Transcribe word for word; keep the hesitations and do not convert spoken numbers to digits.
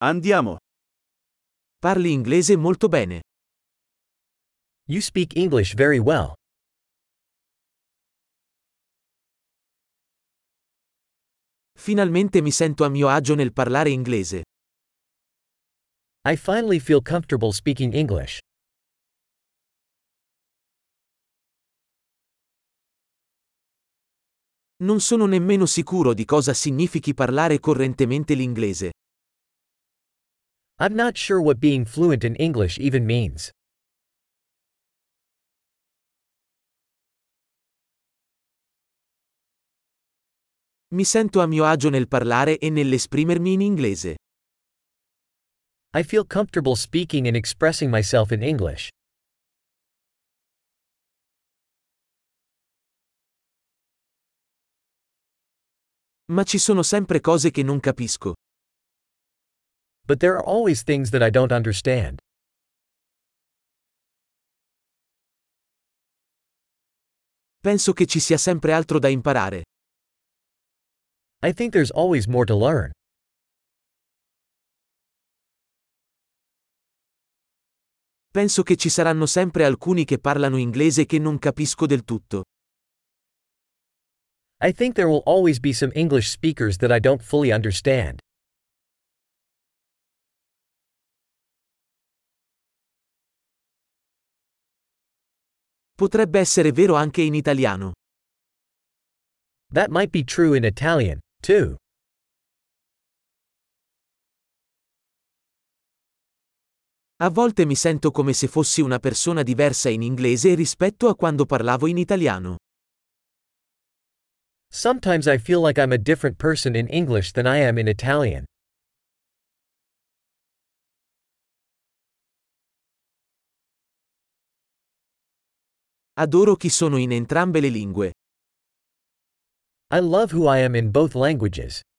Andiamo. Parli inglese molto bene. You speak English very well. Finalmente mi sento a mio agio nel parlare inglese. I finally feel comfortable speaking English. Non sono nemmeno sicuro di cosa significhi parlare correntemente l'inglese. I'm not sure what being fluent in English even means. Mi sento a mio agio nel parlare e nell'esprimermi in inglese. I feel comfortable speaking and expressing myself in English. Ma ci sono sempre cose che non capisco. But there are always things that I don't understand. Penso che ci sia sempre altro da imparare. I think there's always more to learn. Penso che ci saranno sempre alcuni che parlano inglese che non capisco del tutto. I think there will always be some English speakers that I don't fully understand. Potrebbe essere vero anche in italiano. That might be true in Italian, too. A volte mi sento come se fossi una persona diversa in inglese rispetto a quando parlavo in italiano. Sometimes I feel like I'm a different person in English than I am in Italian. Adoro chi sono in entrambe le lingue. I love who I am in both languages.